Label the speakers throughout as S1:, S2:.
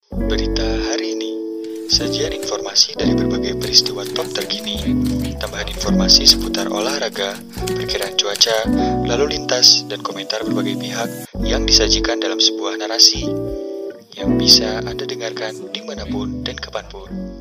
S1: Berita hari ini, sajian informasi dari berbagai peristiwa top terkini, tambahan informasi seputar olahraga, perkiraan cuaca, lalu lintas, dan komentar berbagai pihak yang disajikan dalam sebuah narasi yang bisa Anda dengarkan dimanapun dan kapanpun.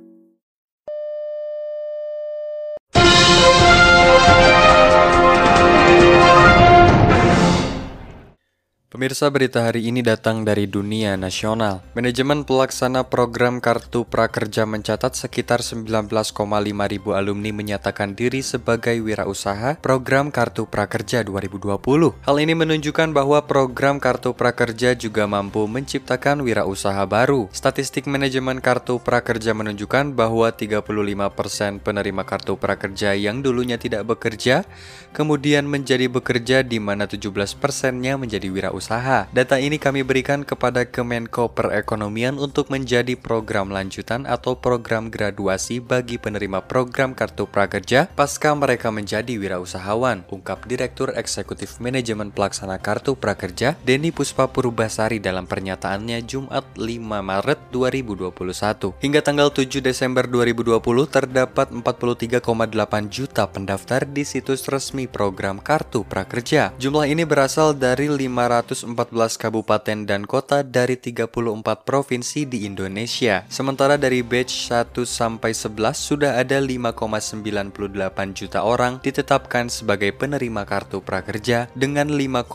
S1: Pemirsa, berita hari ini datang dari dunia nasional. Manajemen pelaksana program Kartu Prakerja mencatat sekitar 19,5 ribu alumni menyatakan diri sebagai wirausaha program Kartu Prakerja 2020. Hal ini menunjukkan bahwa program Kartu Prakerja juga mampu menciptakan wirausaha baru. Statistik manajemen Kartu Prakerja menunjukkan bahwa 35% penerima Kartu Prakerja yang dulunya tidak bekerja, kemudian menjadi bekerja, di mana 17%-nya menjadi wirausaha. Data ini kami berikan kepada Kemenko Perekonomian untuk menjadi program lanjutan atau program graduasi bagi penerima program Kartu Prakerja pasca mereka menjadi wirausahawan, ungkap Direktur Eksekutif Manajemen Pelaksana Kartu Prakerja Denny Puspa Purbasari dalam pernyataannya Jumat 5 Maret 2021. Hingga tanggal 7 Desember 2020 terdapat 43,8 juta pendaftar di situs resmi program Kartu Prakerja. Jumlah ini berasal dari 514 kabupaten dan kota dari 34 provinsi di Indonesia. Sementara dari batch 1 sampai 11 sudah ada 5,98 juta orang ditetapkan sebagai penerima Kartu Prakerja dengan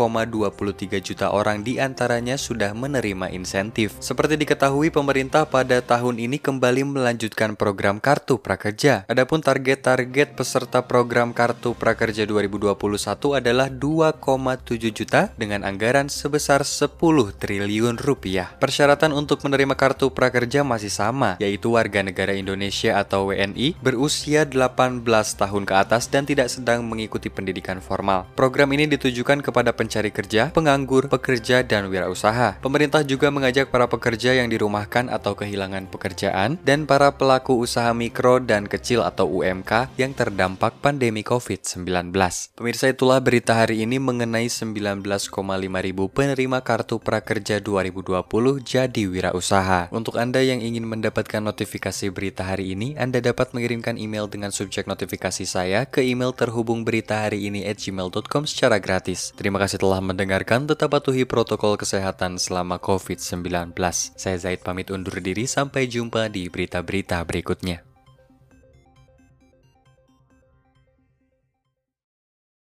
S1: 5,23 juta orang diantaranya sudah menerima insentif. Seperti diketahui, pemerintah pada tahun ini kembali melanjutkan program Kartu Prakerja. Adapun target-target peserta program Kartu Prakerja 2021 adalah 2,7 juta dengan anggaran sebesar 10 triliun rupiah. Persyaratan untuk menerima Kartu Prakerja masih sama, yaitu warga negara Indonesia atau WNI, berusia 18 tahun ke atas dan tidak sedang mengikuti pendidikan formal. Program ini ditujukan kepada pencari kerja, penganggur, pekerja, dan wirausaha. Pemerintah juga mengajak para pekerja yang dirumahkan atau kehilangan pekerjaan dan para pelaku usaha mikro dan kecil atau UMK yang terdampak pandemi COVID-19. Pemirsa, itulah berita hari ini mengenai 19,5 ribu penerima Kartu Prakerja 2020 jadi wirausaha. Untuk Anda yang ingin mendapatkan notifikasi berita hari ini, Anda dapat mengirimkan email dengan subjek notifikasi saya ke email terhubung berita hari ini @gmail.com secara gratis. Terima kasih telah mendengarkan, tetap patuhi protokol kesehatan selama COVID-19. Saya Zaid pamit undur diri, sampai jumpa di berita-berita berikutnya.